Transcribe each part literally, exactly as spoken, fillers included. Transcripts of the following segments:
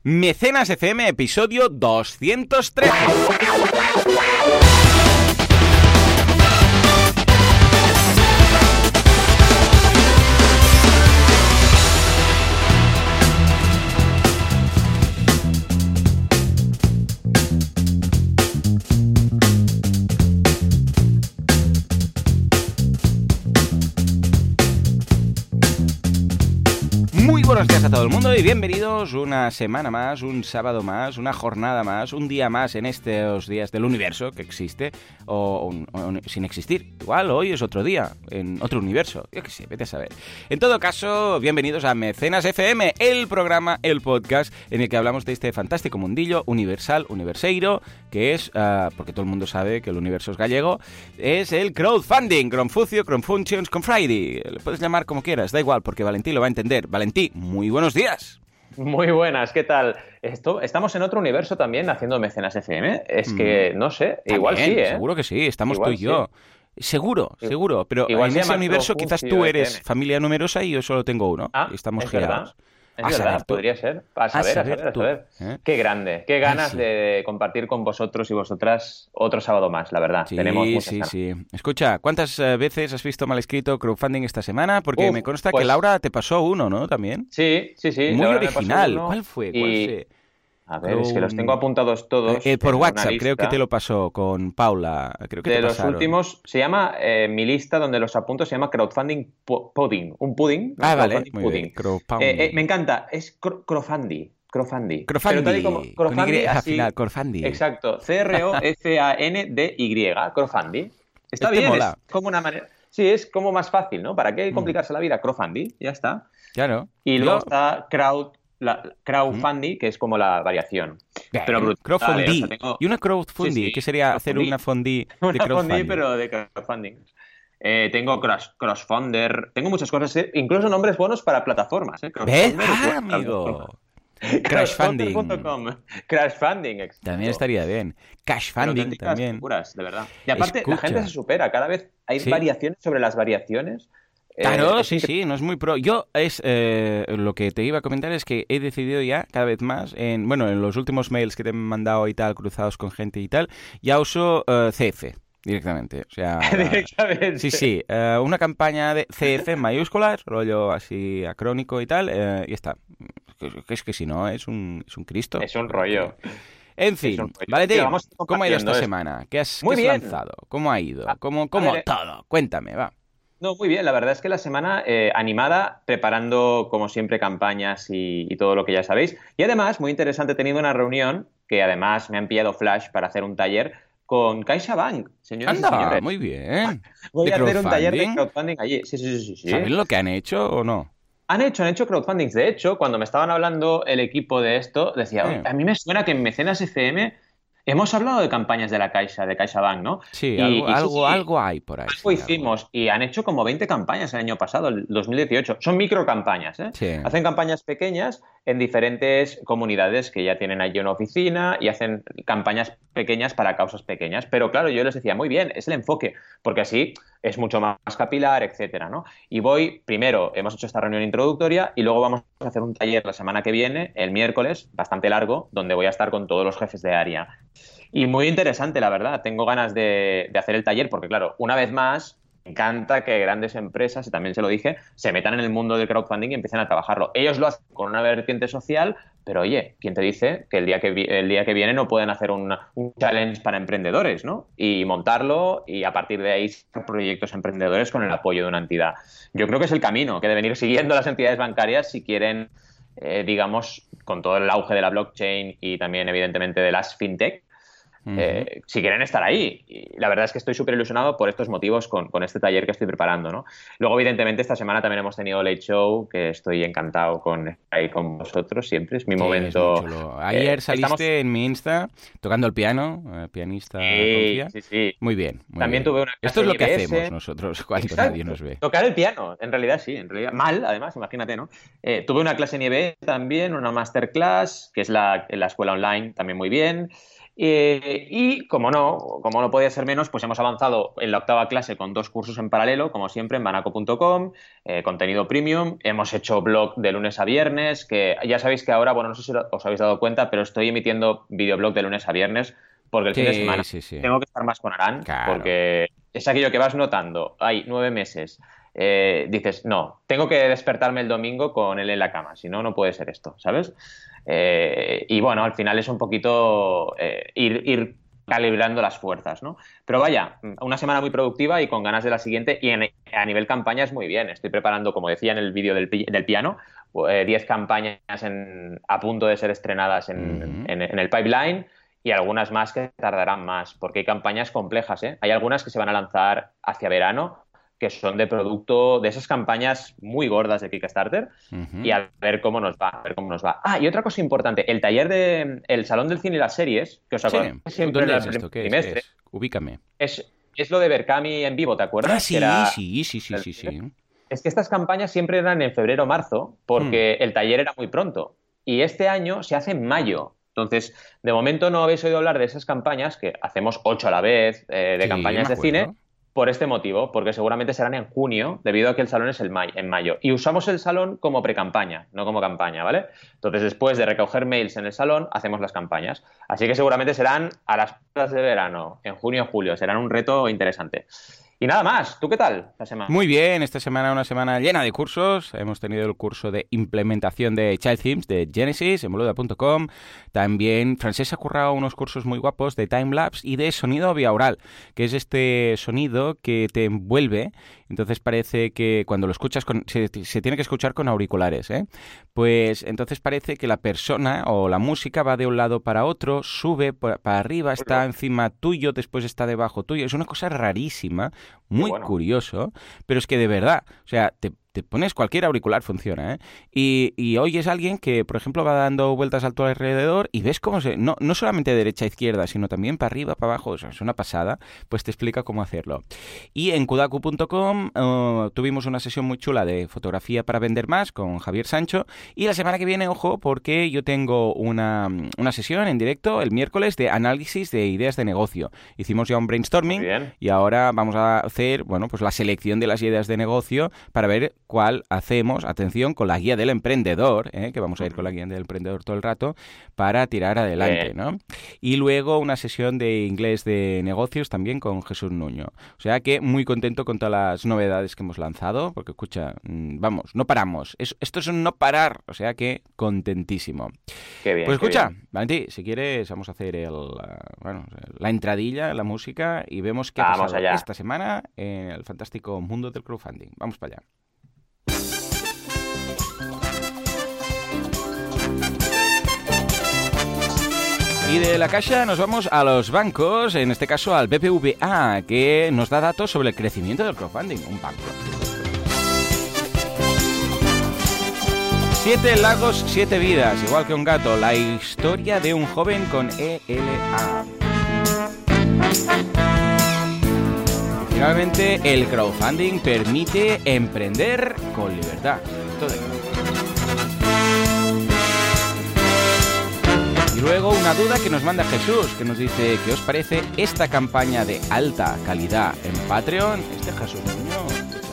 Mecenas F M, episodio doscientos trece. Buenos días a todo el mundo y bienvenidos una semana más, un sábado más, una jornada más, un día más en estos días del universo que existe o, o, o sin existir. Igual hoy es otro día, en otro universo, yo qué sé, vete a saber. En todo caso, bienvenidos a Mecenas F M, el programa, el podcast en el que hablamos de este fantástico mundillo universal, universeiro, que es, uh, porque todo el mundo sabe que el universo es gallego, es el crowdfunding, Cronfucio, Cronfunctions, Confriday. Le puedes llamar como quieras, da igual, porque Valentí lo va a entender. Valentí, muy buenos días. Muy buenas, ¿qué tal? Esto, estamos en otro universo también haciendo Mecenas F M. Es que, no sé, también, igual sí, ¿eh? Seguro que sí, estamos igual tú y yo. Sí. Seguro, seguro. Pero igual en ese universo quizás tú eres familia numerosa y yo solo tengo uno. Ah, y estamos es girados. Verdad. Es a verdad, podría ser. A saber, a saber, a saber. ¿Eh? Qué grande, qué ganas Ay, sí. de compartir con vosotros y vosotras otro sábado más, la verdad. Sí, Tenemos muchas sí, ganas. sí. Escucha, ¿cuántas uh, veces has visto mal escrito crowdfunding esta semana? Porque Uf, me consta pues, que Laura te pasó uno, ¿no? También. Sí, sí, sí. Muy Laura me pasó original. uno ¿Cuál fue? ¿Cuál y... fue? A ver, es que los tengo apuntados todos. Eh, por en una WhatsApp, creo que lista. te lo pasó con Paula. Creo que De te los pasaron. últimos, se llama, eh, mi lista donde los apunto se llama crowdfunding pu- pudding, un pudding, ¿no? Ah, vale, Crowdfunding muy pudding. bien. Crowdfunding. Eh, eh, me encanta, es cro- crowdfunding, crowdfunding. Crowdfunding, Pero tal y como con crowdfunding, Y al así, final, crowdfunding. exacto, C R O F A N D Y, crowdfunding. Está Este bien, mola. es como una manera, sí, es como más fácil, ¿no? ¿Para qué Mm. complicarse la vida? Crowdfunding, ya está. Claro. Y luego Yo... está crowd, la, crowdfunding, que es como la variación. Bien, Pero brutal, crowdfunding. ¿eh? O sea, tengo- Y una crowdfunding, Sí, sí, que sería hacer crowdfunding. una fondí de Una crowdfunding. fondí, pero de crowdfunding. Eh, tengo cross, crossfunder, tengo muchas cosas, ¿eh? Incluso nombres buenos para plataformas. ¿eh? ¿Ves? Crossfunder es Ah, buena amigo. plataforma. Crashfunding. crashfunder punto com. Crashfunding, exacto. También estaría bien. Pero Cashfunding auténticas también. locuras, de verdad. Y aparte, Escucha. la gente se supera. Cada vez hay Sí. variaciones sobre las variaciones. Eh, Claro, es sí, incre- sí, no es muy pro. Yo es eh, lo que te iba a comentar es que he decidido ya cada vez más, en bueno, en los últimos mails que te he mandado y tal, cruzados con gente y tal, ya uso eh, C F directamente. O sea, Directamente. sí, sí, eh, una campaña de C F en mayúsculas, rollo así acrónico y tal, eh, y está. Es, es que si no, es un, es un Cristo. Es un rollo. En Es fin, un rollo. vale, Mira, vamos ¿cómo ha ido esta compartiendo esto. semana? ¿Qué has, Muy qué has bien. lanzado? ¿Cómo ha ido? A- ¿Cómo, a cómo ver, eh, todo? Cuéntame, va. No, muy bien. La verdad es que la semana eh, animada, preparando como siempre campañas y, y todo lo que ya sabéis. Y además, muy interesante, he tenido una reunión que además me han pillado Flash para hacer un taller con CaixaBank, señoras y Anda, señores. muy bien. Voy ¿De a hacer un taller de crowdfunding? crowdfunding allí. Sí, sí, sí, sí, sí. ¿Saben lo que han hecho o no? Han hecho, han hecho crowdfundings. De hecho, cuando me estaban hablando el equipo de esto, decía, Sí. "Oye, a mí me suena que en Mecenas F M hemos hablado de campañas de la Caixa, de CaixaBank, ¿no?" Sí, Y- algo, y sí, algo, sí. algo hay por ahí. Algo sí, algo. hicimos y han hecho como veinte campañas el año pasado, el dos mil dieciocho. Son micro campañas, ¿eh? Sí. Hacen campañas pequeñas en diferentes comunidades que ya tienen allí una oficina y hacen campañas pequeñas para causas pequeñas. Pero claro, yo les decía, muy bien, es el enfoque, porque así es mucho más capilar, etcétera, ¿no? Y voy, primero, hemos hecho esta reunión introductoria y luego vamos a hacer un taller la semana que viene, el miércoles, bastante largo, donde voy a estar con todos los jefes de área. Y muy interesante, la verdad. Tengo ganas de, de hacer el taller porque, claro, una vez más, me encanta que grandes empresas, y también se lo dije, se metan en el mundo del crowdfunding y empiecen a trabajarlo. Ellos lo hacen con una vertiente social, pero oye, ¿quién te dice que el día que, vi- el día que viene no pueden hacer un, un challenge para emprendedores, ¿no? Y montarlo y a partir de ahí sacar proyectos emprendedores con el apoyo de una entidad. Yo creo que es el camino que deben ir siguiendo las entidades bancarias si quieren, eh, digamos, con todo el auge de la blockchain y también, evidentemente, de las fintech, Ujú. eh, si quieren estar ahí. Y la verdad es que estoy súper ilusionado por estos motivos con, con este taller que estoy preparando, ¿no? Luego, evidentemente, esta semana también hemos tenido Late Show, que estoy encantado con estar ahí con vosotros siempre. Es mi Sí, momento. es muy chulo. Ayer eh, saliste estamos- en mi Insta tocando el piano, eh, pianista Sí, confía. sí, sí. Muy bien, muy También bien. tuve una Esto es clase lo que I B S. hacemos nosotros cuando Exacto. nadie nos ve. Tocar el piano, en realidad sí, en realidad mal, además, imagínate, ¿no? Eh, tuve una clase en I B S también, una masterclass, que es la, en la escuela online, también muy bien. Eh, y como no, como no podía ser menos, pues hemos avanzado en la octava clase con dos cursos en paralelo, como siempre, en banaco punto com, eh, contenido premium. Hemos hecho blog de lunes a viernes, que ya sabéis que ahora, bueno, no sé si os habéis dado cuenta, pero estoy emitiendo videoblog de lunes a viernes porque el fin de Sí, semana sí, sí. tengo que estar más con Aran, Claro. porque es aquello que vas notando. Hay nueve meses. Eh, dices, no, tengo que despertarme el domingo con él en la cama, si no, no puede ser esto, ¿sabes? Eh, y bueno, al final es un poquito eh, ir, ir calibrando las fuerzas, ¿no? Pero vaya, una semana muy productiva y con ganas de la siguiente. Y en, a nivel campaña es muy bien. Estoy preparando, como decía en el vídeo del, pi- del piano, eh, diez campañas en- a punto de ser estrenadas en, Ujú. en- en el pipeline y algunas más que tardarán más, porque hay campañas complejas, ¿eh? Hay algunas que se van a lanzar hacia verano, que son de producto de esas campañas muy gordas de Kickstarter y Ujú. a ver cómo nos va, a ver cómo nos va. Ah, y otra cosa importante, el taller de el Salón del Cine y las Series, que os Sí. acordáis siempre en ¿Dónde es el primer esto? ¿Qué es? ¿Qué trimestre, es? Ubícame. es, es lo de Berkami en vivo, ¿te Ah, acuerdas? Que sí, era sí, sí, sí, sí, sí. es que estas campañas siempre eran en febrero o marzo, Hmm. porque el taller era muy pronto. Y este año se hace en mayo. Entonces, de momento no habéis oído hablar de esas campañas, que hacemos ocho a la vez, eh, de Sí, me campañas de cine, acuerdo. por este motivo, porque seguramente serán en junio, debido a que el salón es el may- en mayo. Y usamos el salón como pre-campaña, no como campaña, ¿vale? Entonces, después de recoger mails en el salón, hacemos las campañas. Así que seguramente serán a las puertas de verano, en junio o julio. Serán un reto interesante. Y nada más, ¿tú qué tal la semana? Muy bien, esta semana una semana llena de cursos. Hemos tenido el curso de implementación de Child Themes de Genesis en boluda punto com. También Francesc ha currado unos cursos muy guapos de timelapse y de sonido biaural, que es este sonido que te envuelve. Entonces parece que cuando lo escuchas, con, se, se tiene que escuchar con auriculares, ¿eh? Pues entonces parece que la persona o la música va de un lado para otro, sube por- para arriba, está Hola, encima tuyo, después está debajo tuyo. Es una cosa rarísima, qué muy bueno. curioso, pero es que de verdad, o sea, te, te pones cualquier auricular, funciona, ¿eh? Y, y oyes a alguien que, por ejemplo, va dando vueltas a tu alrededor y ves cómo se... No, no solamente de derecha a izquierda, sino también para arriba, para abajo, o sea, es una pasada, pues te explica cómo hacerlo. Y en kudaku punto com uh, tuvimos una sesión muy chula de fotografía para vender más con Javier Sancho y la semana que viene, ojo, porque yo tengo una, una sesión en directo el miércoles de análisis de ideas de negocio. Hicimos ya un Muy brainstorming bien. y ahora vamos a hacer, bueno, pues la selección de las ideas de negocio para ver cuál hacemos, atención, con la guía del emprendedor, ¿eh? Que vamos a ir con la Ujú. guía del emprendedor todo el rato, para tirar adelante, Bien. ¿no? Y luego una sesión de inglés de negocios también con Jesús Nuño. O sea que muy contento con todas las novedades que hemos lanzado, porque escucha, mm, vamos, no paramos. Es- esto es un no parar, o sea que contentísimo. Qué Pues bien, qué escucha, bien. Valentí, si quieres vamos a hacer el, uh, bueno, la entradilla, la música y vemos qué ha Vamos pasado allá. esta semana en el fantástico mundo del crowdfunding. Vamos para allá. Y de la Caixa nos vamos a los bancos, en este caso al B B V A, que nos da datos sobre el crecimiento del crowdfunding. Un banco. Siete lagos, siete vidas, igual que un gato. La historia de un joven con E L A. Finalmente, el crowdfunding permite emprender con libertad. Esto de... Y luego una duda que nos manda Jesús, que nos dice, ¿qué os parece esta campaña de alta calidad en Patreon? Este Jesús Niño...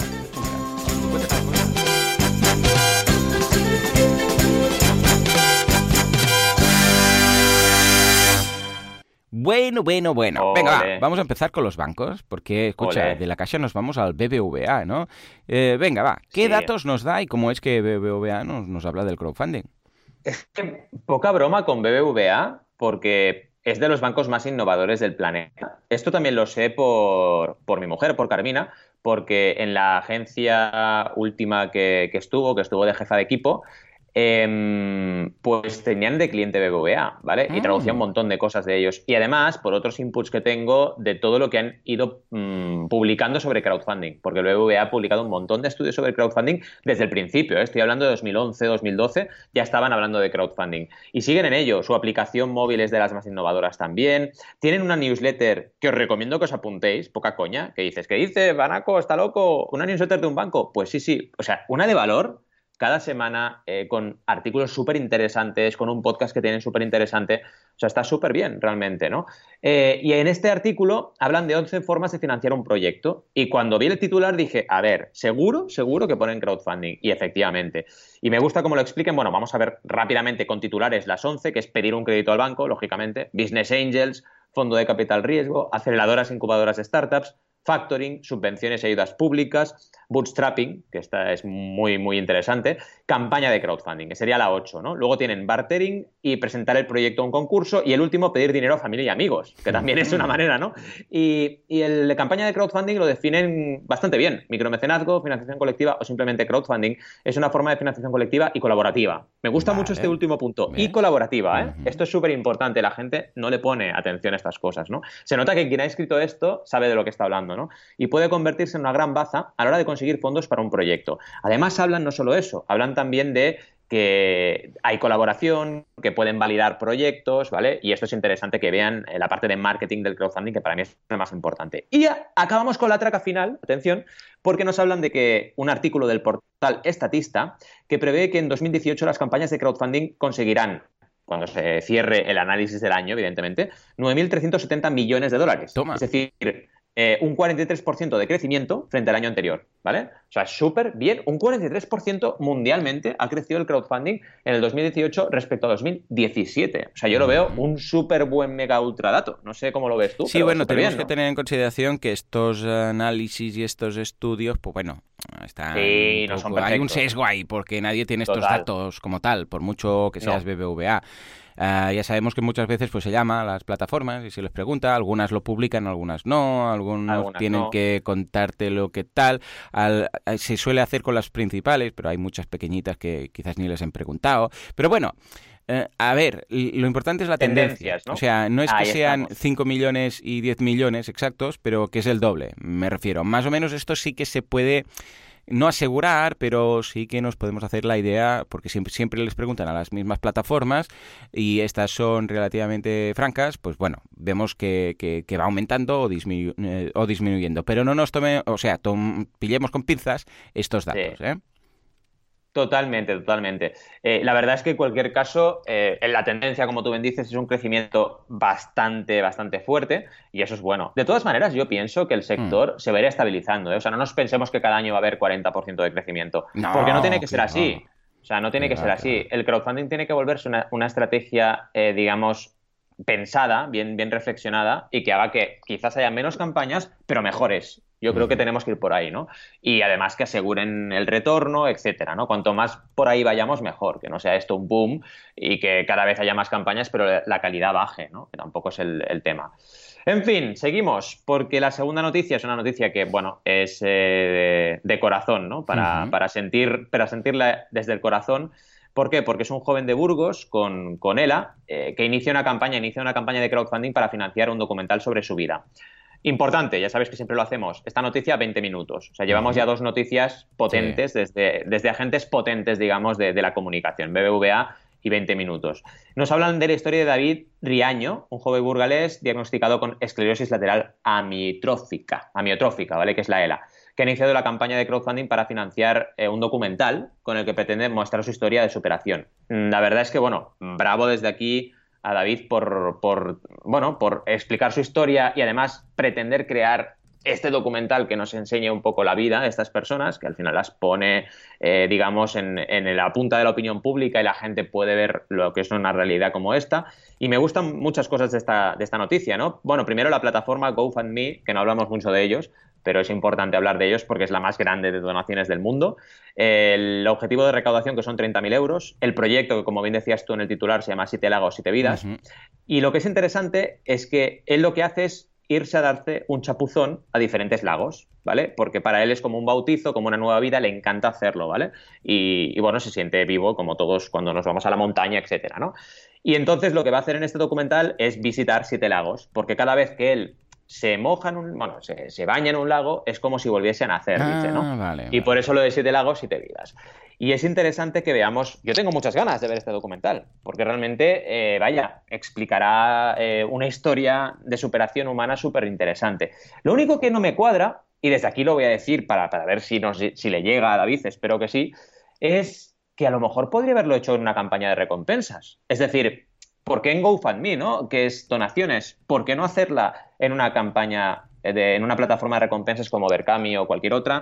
Bueno, bueno, bueno. Venga, va, Ole, vamos a empezar con los bancos, porque, escucha, de ole. la Caixa nos vamos al B B V A, ¿no? Eh, venga, va, ¿qué Sí. datos nos da y cómo es que B B V A nos, nos habla del crowdfunding? Es que poca broma con B B V A, porque es de los bancos más innovadores del planeta. Esto también lo sé por, por mi mujer, por Carmina, porque en la agencia última que, que estuvo, que estuvo de jefa de equipo, em, pues tenían de cliente B B V A, ¿vale? Y traducía un Mm, montón de cosas de ellos. Y además, por otros inputs que tengo, de todo lo que han ido mm, publicando sobre crowdfunding, porque el B B V A ha publicado un montón de estudios sobre crowdfunding desde el principio, ¿eh? Estoy hablando de dos mil once, dos mil doce, ya estaban hablando de crowdfunding. Y siguen en ello. Su aplicación móvil es de las más innovadoras también. Tienen una newsletter que os recomiendo que os apuntéis, poca coña, que dices, ¿qué dice? Banaco, está loco, una newsletter de un banco. Pues sí, sí. O sea, una de valor cada semana eh, con artículos súper interesantes, con un podcast que tienen súper interesante. O sea, está súper bien realmente, ¿no? Eh, y en este artículo hablan de once formas de financiar un proyecto. Y cuando vi el titular dije, a ver, seguro, seguro que ponen crowdfunding. Y efectivamente. Y me gusta cómo lo expliquen. Bueno, vamos a ver rápidamente con titulares las once, que es pedir un crédito al banco, lógicamente, business angels, fondo de capital riesgo, aceleradoras, incubadoras de startups, factoring, subvenciones y ayudas públicas, bootstrapping, que esta es muy, muy interesante, campaña de crowdfunding, que sería la ocho, ¿no? Luego tienen bartering y presentar el proyecto a un concurso, y el último, pedir dinero a familia y amigos, que también es una manera, ¿no? Y, y el campaña de crowdfunding lo definen bastante bien. Micromecenazgo, financiación colectiva o simplemente crowdfunding es una forma de financiación colectiva y colaborativa. Me gusta vale. mucho este último punto. ¿Ves? Y colaborativa, ¿eh? Uh-huh. Esto es súper importante. La gente no le pone atención a estas cosas, ¿no? Se nota que quien ha escrito esto sabe de lo que está hablando, ¿no? Y puede convertirse en una gran baza a la hora de conseguir fondos para un proyecto. Además, hablan no solo eso, hablan también de que hay colaboración, que pueden validar proyectos, ¿vale? Y esto es interesante que vean la parte de marketing del crowdfunding, que para mí es lo más importante. Y ya acabamos con la traca final, atención, porque nos hablan de que un artículo del portal Estatista que prevé que en dos mil dieciocho las campañas de crowdfunding conseguirán, cuando se cierre el análisis del año, evidentemente, nueve mil trescientos setenta millones de dólares. Toma. Es decir, Eh, un cuarenta y tres por ciento de crecimiento frente al año anterior, ¿vale? O sea, súper bien. Un cuarenta y tres por ciento mundialmente ha crecido el crowdfunding en el dos mil dieciocho respecto a dos mil diecisiete. O sea, yo lo veo un súper buen mega ultra dato. No sé cómo lo ves tú. Sí, bueno, tenemos bien, ¿no? que tener en consideración que estos análisis y estos estudios, pues bueno, están sí, no son perfectos. Hay un sesgo ahí porque nadie tiene estos Total. datos como tal, por mucho que seas no. B B V A. Uh, ya sabemos que muchas veces pues se llama a las plataformas y se les pregunta, algunas lo publican, algunas no, algunos algunas tienen no. que contarte lo que tal, Al, se suele hacer con las principales, pero hay muchas pequeñitas que quizás ni les han preguntado, pero bueno, eh, a ver, lo importante es la tendencia, ¿no? O sea, no es Ahí que sean estamos. cinco millones y diez millones exactos, pero que es el doble, me refiero, más o menos esto sí que se puede... No asegurar, pero sí que nos podemos hacer la idea, porque siempre, siempre les preguntan a las mismas plataformas y estas son relativamente francas, pues bueno, vemos que, que, que va aumentando o, disminu eh, o disminuyendo. Pero no nos tome, o sea, tom pillemos con pinzas estos datos, sí. ¿eh? Totalmente, totalmente. Eh, la verdad es que en cualquier caso, eh, en la tendencia, como tú bien dices, es un crecimiento bastante, bastante fuerte y eso es bueno. De todas maneras, yo pienso que el sector mm. se va a ir estabilizando, ¿eh? O sea, no nos pensemos que cada año va a haber cuarenta por ciento de crecimiento, no, porque no tiene que ser así. No. O sea, no tiene que que ser así. El crowdfunding tiene que volverse una, una estrategia, eh, digamos, pensada, bien, bien reflexionada y que haga que quizás haya menos campañas, pero mejores. Yo creo que tenemos que ir por ahí, ¿no? Y además que aseguren el retorno, etcétera, ¿no? Cuanto más por ahí vayamos, mejor. Que no sea esto un boom y que cada vez haya más campañas, pero la calidad baje, ¿no? Que tampoco es el, el tema. En fin, seguimos, porque la segunda noticia es una noticia que, bueno, es eh, de, de corazón, ¿no? Para, uh-huh. para, sentir, para sentirla desde el corazón. ¿Por qué? Porque es un joven de Burgos con, con ELA eh, que inicia una campaña, inicia una campaña de crowdfunding para financiar un documental sobre su vida. Importante, ya sabéis que siempre lo hacemos. Esta noticia, veinte minutos. O sea, llevamos ya dos noticias potentes, sí. desde, desde agentes potentes, digamos, de, de la comunicación. B B V A y veinte minutos. Nos hablan de la historia de David Riaño, un joven burgalés diagnosticado con esclerosis lateral amiotrófica, amiotrófica, ¿vale? Que es la ELA, que ha iniciado la campaña de crowdfunding para financiar eh, un documental con el que pretende mostrar su historia de superación. La verdad es que, bueno, bravo desde aquí a David por, por, bueno, por explicar su historia y además pretender crear este documental que nos enseñe un poco la vida de estas personas, que al final las pone, eh, digamos, en, en la punta de la opinión pública y la gente puede ver lo que es una realidad como esta. Y me gustan muchas cosas de esta, de esta noticia, ¿no? Bueno, primero la plataforma GoFundMe, que no hablamos mucho de ellos, pero es importante hablar de ellos porque es la más grande de donaciones del mundo. El objetivo de recaudación, que son treinta mil euros. El proyecto, que como bien decías tú en el titular, se llama Siete Lagos, Siete Vidas. Uh-huh. Y lo que es interesante es que él lo que hace es irse a darse un chapuzón a diferentes lagos, ¿vale? Porque para él es como un bautizo, como una nueva vida, le encanta hacerlo, ¿vale? Y, y bueno, se siente vivo como todos cuando nos vamos a la montaña, etcétera, ¿no? Y entonces lo que va a hacer en este documental es visitar siete lagos, porque cada vez que él se moja en un, bueno, se, se baña en un lago, es como si volviese a nacer, ah, dice, ¿no? Vale, y vale. por eso lo de siete lagos, siete vidas. Y es interesante que veamos, yo tengo muchas ganas de ver este documental, porque realmente, eh, vaya, explicará eh, una historia de superación humana súper interesante. Lo único que no me cuadra, y desde aquí lo voy a decir para, para ver si, nos, si le llega a David, espero que sí, es que a lo mejor podría haberlo hecho en una campaña de recompensas. Es decir, ¿por qué en GoFundMe, ¿no? Que es donaciones? ¿Por qué no hacerla en una campaña, de, en una plataforma de recompensas como Berkami o cualquier otra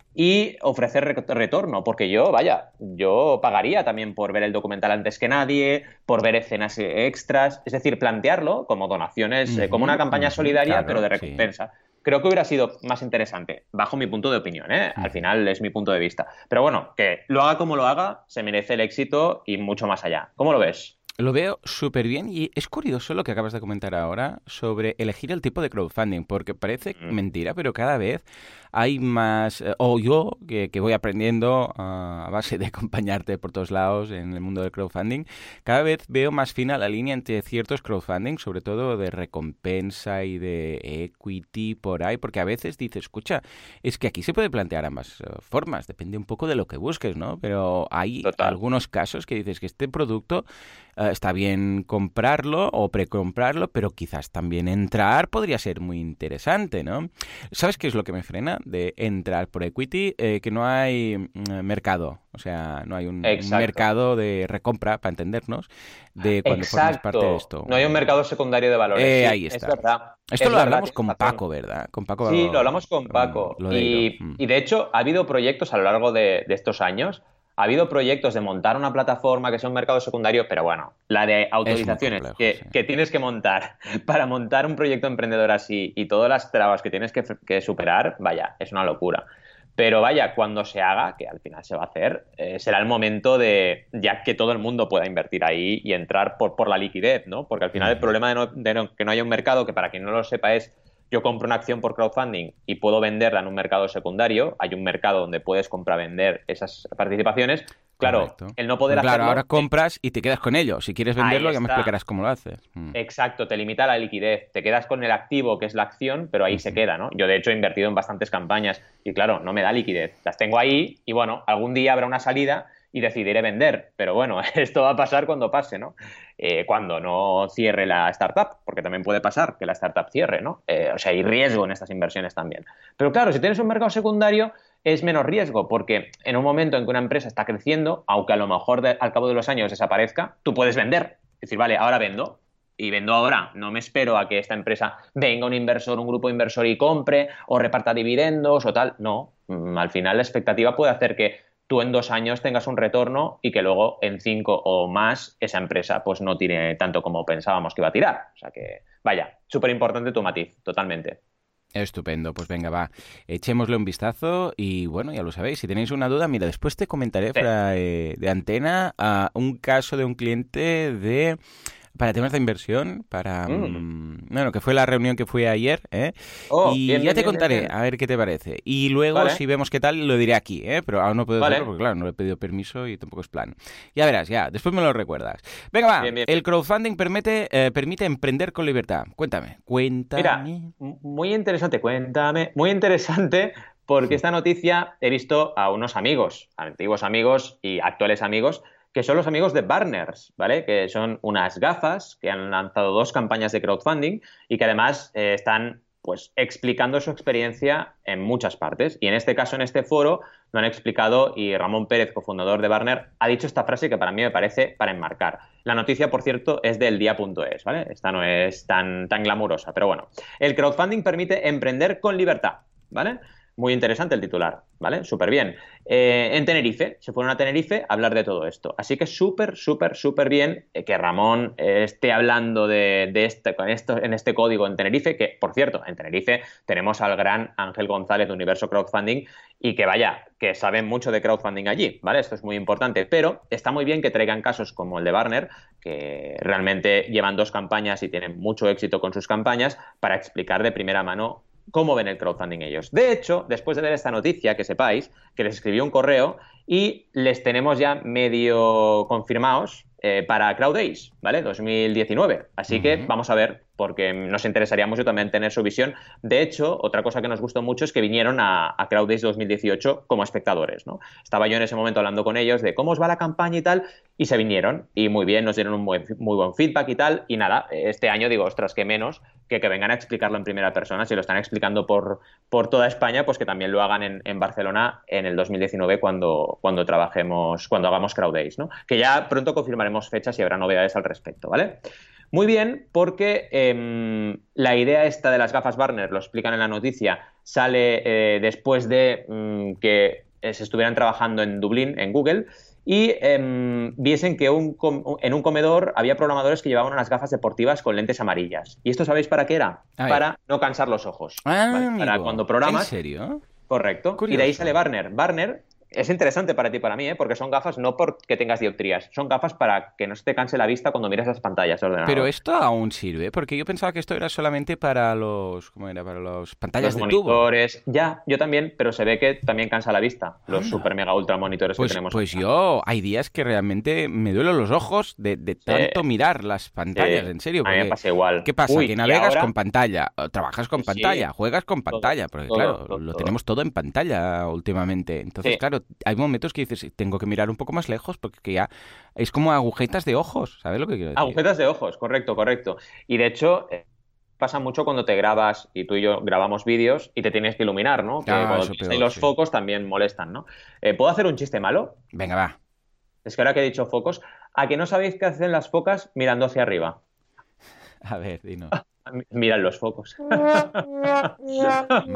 y ofrecer re retorno? Porque yo, vaya, yo pagaría también por ver el documental antes que nadie, por ver escenas extras, es decir, plantearlo como donaciones, Uh eh, como una -huh, campaña uh -huh, solidaria, claro, pero de sí. recompensa. Creo que hubiera sido más interesante, bajo mi punto de opinión, ¿eh? Al final es mi punto de vista. Pero bueno, que lo haga como lo haga, se merece el éxito y mucho más allá. ¿Cómo lo ves? Lo veo súper bien y es curioso lo que acabas de comentar ahora sobre elegir el tipo de crowdfunding, porque parece Mm. mentira, pero cada vez hay más, eh, o yo que, que voy aprendiendo uh, a base de acompañarte por todos lados en el mundo del crowdfunding, cada vez veo más fina la línea entre ciertos crowdfunding, sobre todo de recompensa y de equity por ahí, porque a veces dices, escucha, es que aquí se puede plantear ambas uh, formas, depende un poco de lo que busques, ¿no? Pero hay Total. algunos casos que dices que este producto Uh, está bien comprarlo o precomprarlo, pero quizás también entrar podría ser muy interesante, ¿no? ¿Sabes qué es lo que me frena de entrar por equity? Eh, que no hay mm, mercado, o sea, no hay un, un mercado de recompra, para entendernos, de cuando formas parte de Exacto. esto. No hay un mercado secundario de valores, Eh, sí, ahí es está. verdad. Esto Es lo verdad, hablamos tienes con razón. Paco, ¿verdad? Con Sí, lo Paco hablamos con um, Paco. Lodeiro. Y, Mm. y de hecho, ha habido proyectos a lo largo de, de estos años. Ha habido proyectos de montar una plataforma que sea un mercado secundario, pero bueno, la de Es muy autorizaciones complejo, sí. que, que tienes que montar para montar un proyecto emprendedor así y todas las trabas que tienes que, que superar, vaya, es una locura. Pero vaya, cuando se haga, que al final se va a hacer, eh, será el momento de ya que todo el mundo pueda invertir ahí y entrar por, por la liquidez, ¿no? Porque al final el Mm-hmm. problema de, no, de no, que no haya un mercado, que para quien no lo sepa es, yo compro una acción por crowdfunding y puedo venderla en un mercado secundario, hay un mercado donde puedes comprar-vender esas participaciones. Claro, Correcto. el no poder Pero claro, ahora hacerlo, eh, compras y te quedas con ello. Si quieres ahí venderlo, ya me está. explicarás cómo lo haces. Mm. Exacto, te limita la liquidez. Te quedas con el activo, que es la acción, pero ahí se Uh-huh. queda, ¿no? Yo, de hecho, he invertido en bastantes campañas y, claro, no me da liquidez. Las tengo ahí y, bueno, algún día habrá una salida y decidiré vender. Pero bueno, esto va a pasar cuando pase, ¿no? Eh, cuando no cierre la startup, porque también puede pasar que la startup cierre, ¿no? Eh, o sea, hay riesgo en estas inversiones también. Pero claro, si tienes un mercado secundario, es menos riesgo, porque en un momento en que una empresa está creciendo, aunque a lo mejor de, al cabo de los años desaparezca, tú puedes vender. Es decir, vale, ahora vendo y vendo ahora. No me espero a que esta empresa venga un inversor, un grupo inversor y compre o reparta dividendos o tal. No, al final la expectativa puede hacer que tú en dos años tengas un retorno y que luego en cinco o más esa empresa pues no tire tanto como pensábamos que iba a tirar. O sea que, vaya, súper importante tu matiz, totalmente. Estupendo, pues venga, va, echémosle un vistazo y bueno, ya lo sabéis, si tenéis una duda, mira, después te comentaré Sí. fuera de, de antena a un caso de un cliente de... para temas de inversión, para... Mm. Mmm, bueno, que fue la reunión que fui ayer, ¿eh? Oh, Y bien, ya bien, te bien, bien, contaré, bien. a ver qué te parece. Y luego, Vale, si vemos qué tal, lo diré aquí, ¿eh? Pero aún no puedo vale. hacerlo porque, claro, no le he pedido permiso y tampoco es plan. Ya verás, ya, después me lo recuerdas. Venga, va, Bien, bien, el bien. crowdfunding permite, eh, permite emprender con libertad. Cuéntame, Mira, cuéntame. m- muy interesante, cuéntame, muy interesante porque esta noticia he visto a unos amigos, antiguos amigos y actuales amigos, que son los amigos de Barners, ¿vale? Que son unas gafas que han lanzado dos campañas de crowdfunding y que además eh, están pues explicando su experiencia en muchas partes. Y en este caso, en este foro, lo han explicado y Ramón Pérez, cofundador de Barner, ha dicho esta frase que para mí me parece para enmarcar. La noticia, por cierto, es del día punto es, ¿vale? Esta no es tan, tan glamurosa, pero bueno. El crowdfunding permite emprender con libertad, ¿vale? Muy interesante el titular, ¿vale? Súper bien. Eh, en Tenerife, se fueron a Tenerife a hablar de todo esto. Así que súper, súper, súper bien que Ramón eh, esté hablando de, de este, con esto, en este código en Tenerife, que, por cierto, en Tenerife tenemos al gran Ángel González de Universo Crowdfunding y que, vaya, que saben mucho de crowdfunding allí, ¿vale? Esto es muy importante, pero está muy bien que traigan casos como el de Barner, que realmente llevan dos campañas y tienen mucho éxito con sus campañas, para explicar de primera mano cómo ven el crowdfunding ellos. De hecho, después de ver esta noticia, que sepáis que les escribí un correo y les tenemos ya medio confirmados eh, para CrowdAce, ¿vale? dos mil diecinueve. Así que Uh-huh. vamos a ver, porque nos interesaría mucho también tener su visión. De hecho, otra cosa que nos gustó mucho es que vinieron a, a CrowdAce dos mil dieciocho como espectadores, ¿no? Estaba yo en ese momento hablando con ellos de cómo os va la campaña y tal, y se vinieron, y muy bien, nos dieron un muy, muy buen feedback y tal, y nada, este año digo, ostras, que menos que, que vengan a explicarlo en primera persona. Si lo están explicando por, por toda España, pues que también lo hagan en, en Barcelona en el dos mil diecinueve cuando, cuando trabajemos, cuando hagamos Crowd Days, ¿no? Que ya pronto confirmaremos fechas y habrá novedades al respecto, ¿vale? Muy bien, porque eh, la idea esta de las gafas Barner, lo explican en la noticia, sale eh, después de mm, que se estuvieran trabajando en Dublín, en Google, y eh, viesen que un en un comedor había programadores que llevaban unas gafas deportivas con lentes amarillas. ¿Y esto sabéis para qué era? Para no cansar los ojos. Ah, ¿vale? Para cuando programas. ¿En serio? Correcto. Curioso. Y de ahí sale Barner. Barner es interesante para ti y para mí, ¿eh? Porque son gafas no porque tengas dioptrías, son gafas para que no se te canse la vista cuando miras las pantallas de ordenador. Pero esto aún sirve, porque yo pensaba que esto era solamente para los, ¿cómo era? Para los pantallas los de monitores, tubo. Ya, yo también, pero se ve que también cansa la vista, los Anda. super mega ultra monitores Pues, que tenemos. pues yo, hay días que realmente me duelen los ojos de, de tanto Sí. mirar las pantallas, Sí. en serio. A mí me porque- pasa igual. ¿Qué pasa? Uy, que y navegas ahora- con pantalla, o trabajas con Sí, pantalla, juegas con todo, pantalla, porque todo, claro, todo, lo todo. tenemos todo en pantalla últimamente. Entonces, Sí. claro, hay momentos que dices, tengo que mirar un poco más lejos porque ya es como agujetas de ojos, ¿sabes lo que quiero decir? Agujetas de ojos, correcto, correcto. Y de hecho, eh, pasa mucho cuando te grabas y tú y yo grabamos vídeos y te tienes que iluminar, ¿no? Que Ah, cuando eso tienes peor, ahí los sí. focos también molestan, ¿no? Eh, ¿Puedo hacer un chiste malo? Venga, va. Es que ahora que he dicho focos, ¿a que no sabéis qué hacen las focas mirando hacia arriba? A ver, dinos. M- Miran los focos. Mal,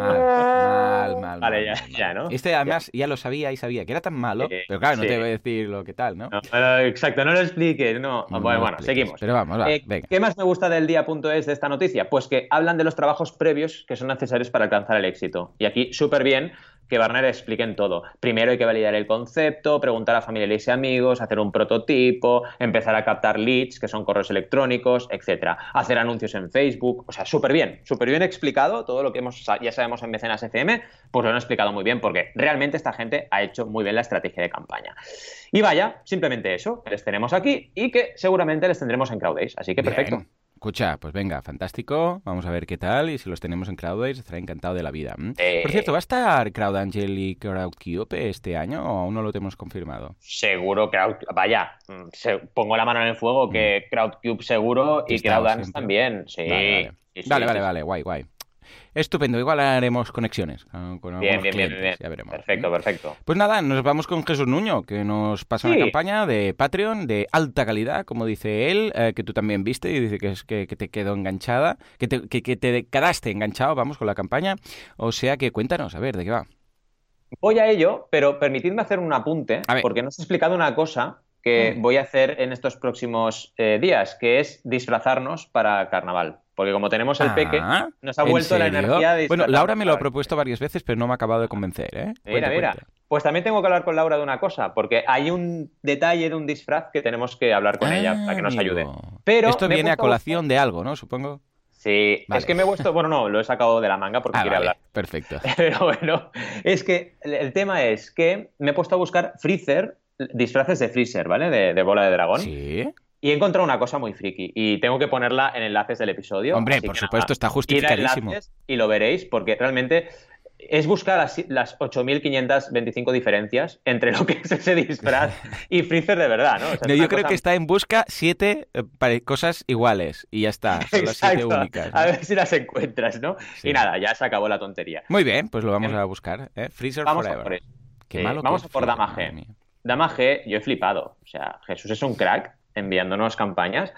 mal, mal. Vale, mal, ya- mal, ya, mal. ¿no? Este además ya. lo sabía y sabía que era tan malo, Eh, pero claro, no sí. te voy a decir lo que tal, ¿no? No, no, exacto, no lo expliques, no. No bueno, lo bueno, expliques. seguimos. Pero vamos, va, Eh, venga. ¿Qué más me gusta del día.es de esta noticia? Pues que hablan de los trabajos previos que son necesarios para alcanzar el éxito. Y aquí, súper bien que Barner expliquen todo. Primero hay que validar el concepto, preguntar a familiares y amigos, hacer un prototipo, empezar a captar leads, que son correos electrónicos, etcétera. Hacer anuncios en Facebook. O sea, súper bien, súper bien explicado todo lo que hemos, ya sabemos en Mecenas F M, pues lo han explicado muy bien porque realmente esta gente ha hecho muy bien la estrategia de campaña. Y vaya, simplemente eso, que les tenemos aquí y que seguramente les tendremos en Crowd Days. Así que perfecto. Bien. Escucha, pues venga, fantástico. Vamos a ver qué tal. Y si los tenemos en CrowdWise, estará encantado de la vida. ¿m? Eh, Por cierto, ¿va a estar CrowdAngel y CrowdCube este año o aún no lo tenemos confirmado? Seguro, Crowd, vaya, mm, se- pongo la mano en el fuego que CrowdCube seguro Que y estaba CrowdDance siempre. también. Sí, Vale, vale. sí, sí, vale, sí, vale, sí. vale, guay, guay. Estupendo, igual haremos conexiones con, con Bien, algunos bien, bien, clientes, bien. ya veremos. Perfecto, ¿m? perfecto. Pues nada, nos vamos con Jesús Nuño, que nos pasa Sí. una campaña de Patreon de alta calidad, como dice él, eh, que tú también viste y dice que es que, que te quedó enganchada, que te, que, que te quedaste enganchado, vamos, con la campaña. O sea que cuéntanos, a ver, ¿de qué va? Voy a ello, pero permitidme hacer un apunte, A ver. porque nos he explicado una cosa que Mm. voy a hacer en estos próximos eh, días, que es disfrazarnos para carnaval. Porque como tenemos el peque, Ah, nos ha ¿en vuelto la serio? energía de Bueno, disfrazarnos Laura me lo ha para- propuesto varias veces, pero no me ha acabado de convencer, ¿eh? Mira, Cuenta, mira. cuenta. Pues también tengo que hablar con Laura de una cosa, porque hay un detalle de un disfraz que tenemos que hablar con ella para que nos Ah, amigo. ayude. Pero Esto me he viene a puesto colación de algo, ¿no? Supongo. Sí, Vale. es que me he puesto, bueno, no, lo he sacado de la manga porque Ah, quiere vale, hablar. perfecto. Pero bueno, es que el, el tema es que me he puesto a buscar Freezer, disfraces de Freezer, ¿vale? De, de bola de dragón. Sí. Y he encontrado una cosa muy friki y tengo que ponerla en enlaces del episodio. Hombre, así por que supuesto, nada, está id a justificadísimo. enlaces y lo veréis porque realmente es buscar las, las ocho mil quinientas veinticinco diferencias entre lo que es ese disfraz y Freezer de verdad, ¿no? O sea, es No, una yo creo cosa- que está en busca siete eh, pare- cosas iguales y ya está, son las siete Exacto, únicas, ¿no? a ver si las encuentras, ¿no? Sí. Y nada, ya se acabó la tontería. Muy bien, pues lo vamos Bien. a buscar, ¿eh? Freezer Vamos a Forever. por eso. Qué Sí, malo que vamos es a por Freezer, Dama madre G. mía. Dama G, yo he flipado. O sea, Jesús es un crack enviándonos campañas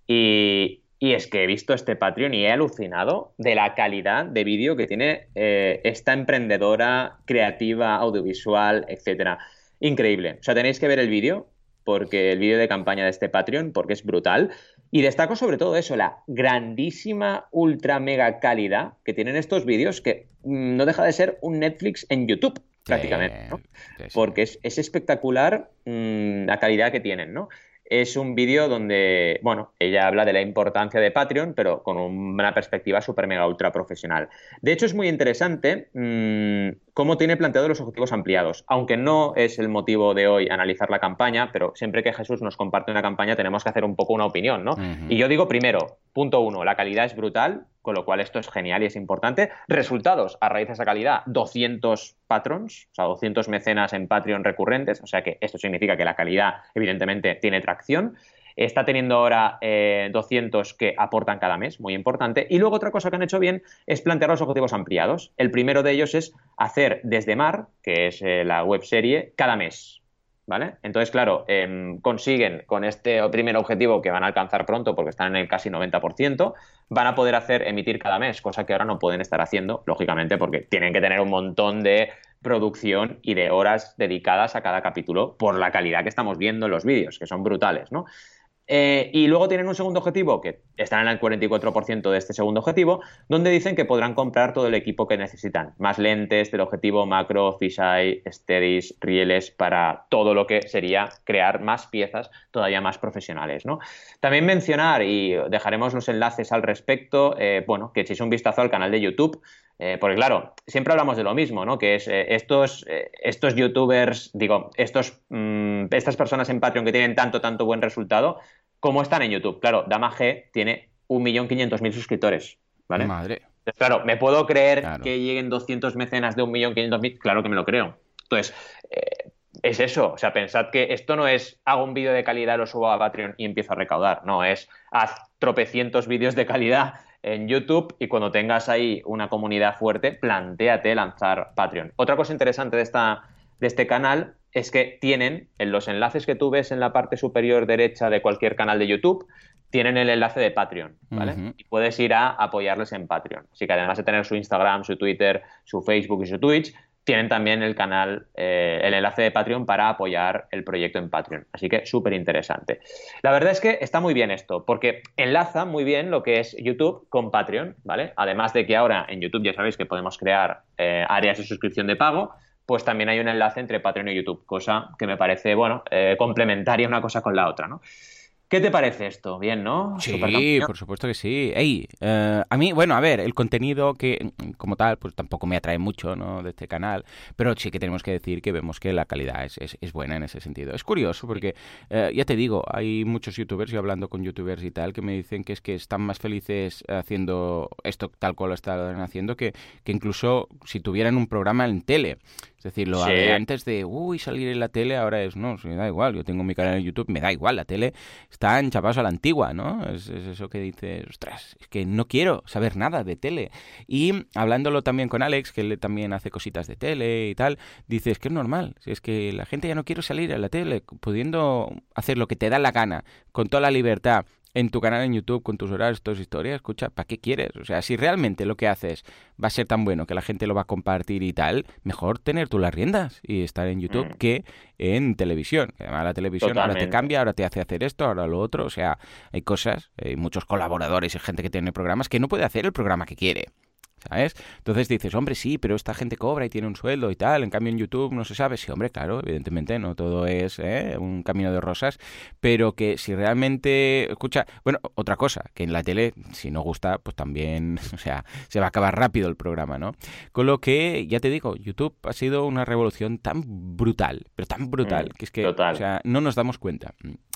y, y es que he visto este Patreon y he alucinado de la calidad de vídeo que tiene eh, esta emprendedora creativa, audiovisual, etcétera. Increíble. O sea, tenéis que ver el vídeo porque el vídeo de campaña de este Patreon porque es brutal. Y destaco sobre todo eso, la grandísima, ultra mega calidad que tienen estos vídeos que mm, no deja de ser un Netflix en YouTube, prácticamente, ¿no? Sí, sí, sí. Porque es, es espectacular mmm, la calidad que tienen, ¿no? Es un vídeo donde, bueno, ella habla de la importancia de Patreon, pero con una perspectiva súper mega ultra profesional. De hecho, es muy interesante mmm, cómo tiene planteado los objetivos ampliados, aunque no es el motivo de hoy analizar la campaña, pero siempre que Jesús nos comparte una campaña tenemos que hacer un poco una opinión, ¿no? Ujú. Y yo digo primero, punto uno, la calidad es brutal, con lo cual esto es genial y es importante. Resultados, a raíz de esa calidad, doscientos patrons, o sea, doscientos mecenas en Patreon recurrentes, o sea que esto significa que la calidad, evidentemente, tiene tracción. Está teniendo ahora eh, doscientos que aportan cada mes, muy importante. Y luego otra cosa que han hecho bien es plantear los objetivos ampliados. El primero de ellos es hacer Desde Mar, que es eh, la webserie, cada mes. ¿Vale? Entonces, claro, eh, consiguen con este primer objetivo que van a alcanzar pronto porque están en el casi noventa por ciento, van a poder hacer emitir cada mes, cosa que ahora no pueden estar haciendo, lógicamente, porque tienen que tener un montón de producción y de horas dedicadas a cada capítulo por la calidad que estamos viendo en los vídeos, que son brutales, ¿no? Eh, y luego tienen un segundo objetivo, que están en el cuarenta y cuatro por ciento de este segundo objetivo, donde dicen que podrán comprar todo el equipo que necesitan. Más lentes del objetivo, macro, fisheye, steadies, rieles, para todo lo que sería crear más piezas todavía más profesionales, ¿no? También mencionar, y dejaremos los enlaces al respecto, eh, bueno, que echéis un vistazo al canal de YouTube, eh, porque claro, siempre hablamos de lo mismo, ¿no? Que es eh, estos, eh, estos youtubers, digo, estos, mmm, estas personas en Patreon que tienen tanto, tanto buen resultado, ¿cómo están en YouTube? Claro, Dama G tiene un millón quinientos mil suscriptores, ¿vale? Madre. Entonces, claro, ¿me puedo creer Claro. que lleguen doscientos mecenas de un millón quinientos mil? Claro que me lo creo. Entonces, eh, es eso. O sea, pensad que esto no es hago un vídeo de calidad, lo subo a Patreon y empiezo a recaudar. No, es haz tropecientos vídeos de calidad en YouTube y cuando tengas ahí una comunidad fuerte, plantéate lanzar Patreon. Otra cosa interesante de, esta, de este canal es que tienen en los enlaces que tú ves en la parte superior derecha de cualquier canal de YouTube, tienen el enlace de Patreon, ¿vale? Uh-huh. Y puedes ir a apoyarles en Patreon. Así que además de tener su Instagram, su Twitter, su Facebook y su Twitch, tienen también el canal, eh, el enlace de Patreon para apoyar el proyecto en Patreon. Así que súper interesante. La verdad es que está muy bien esto, porque enlaza muy bien lo que es YouTube con Patreon, ¿vale? Además de que ahora en YouTube ya sabéis que podemos crear eh, áreas de suscripción de pago, pues también hay un enlace entre Patreon y YouTube, cosa que me parece, bueno, eh, complementaria una cosa con la otra, ¿no? ¿Qué te parece esto? Bien, ¿no? Sí, por supuesto que sí. Ey, uh, a mí, bueno, a ver, el contenido que, como tal, pues tampoco me atrae mucho, ¿no?, de este canal, pero sí que tenemos que decir que vemos que la calidad es, es, es buena en ese sentido. Es curioso porque, uh, ya te digo, hay muchos youtubers, yo hablando con youtubers y tal, que me dicen que es que están más felices haciendo esto tal cual lo están haciendo que, que incluso si tuvieran un programa en tele. Es decir, lo sí. de antes de, uy, salir en la tele, ahora es, no, me da igual, yo tengo mi canal en YouTube, me da igual, la tele está enchapados a la antigua, ¿no? Es, es eso que dices, ostras, es que no quiero saber nada de tele. Y hablándolo también con Alex, que él también hace cositas de tele y tal, dices que es normal, es que la gente ya no quiere salir a la tele, pudiendo hacer lo que te da la gana, con toda la libertad, en tu canal en YouTube, con tus horarios, tus historias, escucha, ¿para qué quieres? O sea, si realmente lo que haces va a ser tan bueno que la gente lo va a compartir y tal, mejor tener tú las riendas y estar en YouTube mm. que en televisión. Además, la televisión Totalmente. Ahora te cambia, ahora te hace hacer esto, ahora lo otro. O sea, hay cosas, hay muchos colaboradores y gente que tiene programas que no puede hacer el programa que quiere, ¿sabes? Entonces dices, hombre, sí, pero esta gente cobra y tiene un sueldo y tal, en cambio en YouTube no se sabe. Sí, hombre, claro, evidentemente no todo es ¿eh? un camino de rosas, pero que si realmente, escucha, bueno, otra cosa, que en la tele, si no gusta, pues también, o sea, se va a acabar rápido el programa, ¿no? Con lo que, ya te digo, YouTube ha sido una revolución tan brutal, pero tan brutal, mm, que es que, total. O sea, no nos damos cuenta.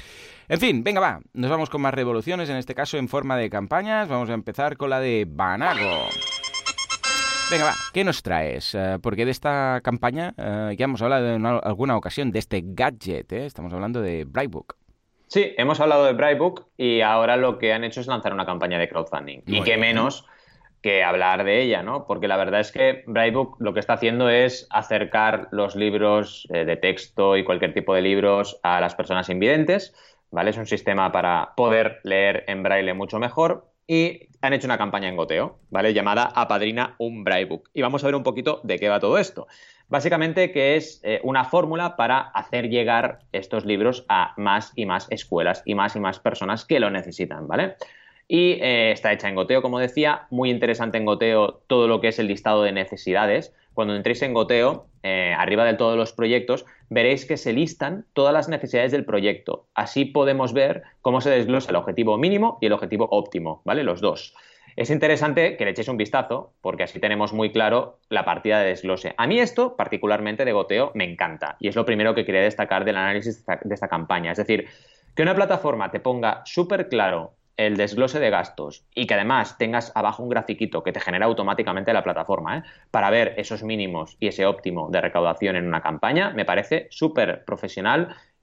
En fin, venga, va, nos vamos con más revoluciones, en este caso en forma de campañas. Vamos a empezar con la de Banago. Venga, va, ¿qué nos traes? Uh, porque de esta campaña uh, ya hemos hablado en una, alguna ocasión de este gadget, ¿eh? Estamos hablando de Brightbook. Sí, hemos hablado de Brightbook y ahora lo que han hecho es lanzar una campaña de crowdfunding. Muy y qué menos que hablar de ella, ¿no? Porque la verdad es que Brightbook lo que está haciendo es acercar los libros eh, de texto y cualquier tipo de libros a las personas invidentes, ¿vale? Es un sistema para poder leer en braille mucho mejor. Y han hecho una campaña en goteo, ¿vale? Llamada Apadrina un Brightbook. Y vamos a ver un poquito de qué va todo esto. Básicamente que es eh, una fórmula para hacer llegar estos libros a más y más escuelas y más y más personas que lo necesitan, ¿vale? Y eh, está hecha en goteo, como decía, muy interesante en goteo todo lo que es el listado de necesidades. Cuando entréis en goteo, eh, arriba de todos los proyectos, veréis que se listan todas las necesidades del proyecto. Así podemos ver cómo se desglosa el objetivo mínimo y el objetivo óptimo, ¿vale? Los dos. Es interesante que le echéis un vistazo, porque así tenemos muy claro la partida de desglose. A mí esto, particularmente de goteo, me encanta. Y es lo primero que quería destacar del análisis de esta, de esta campaña. Es decir, que una plataforma te ponga súper claro el desglose de gastos y que además tengas abajo un grafiquito que te genera automáticamente la plataforma, ¿eh? Para ver esos mínimos y ese óptimo de recaudación en una campaña, me parece súper profesional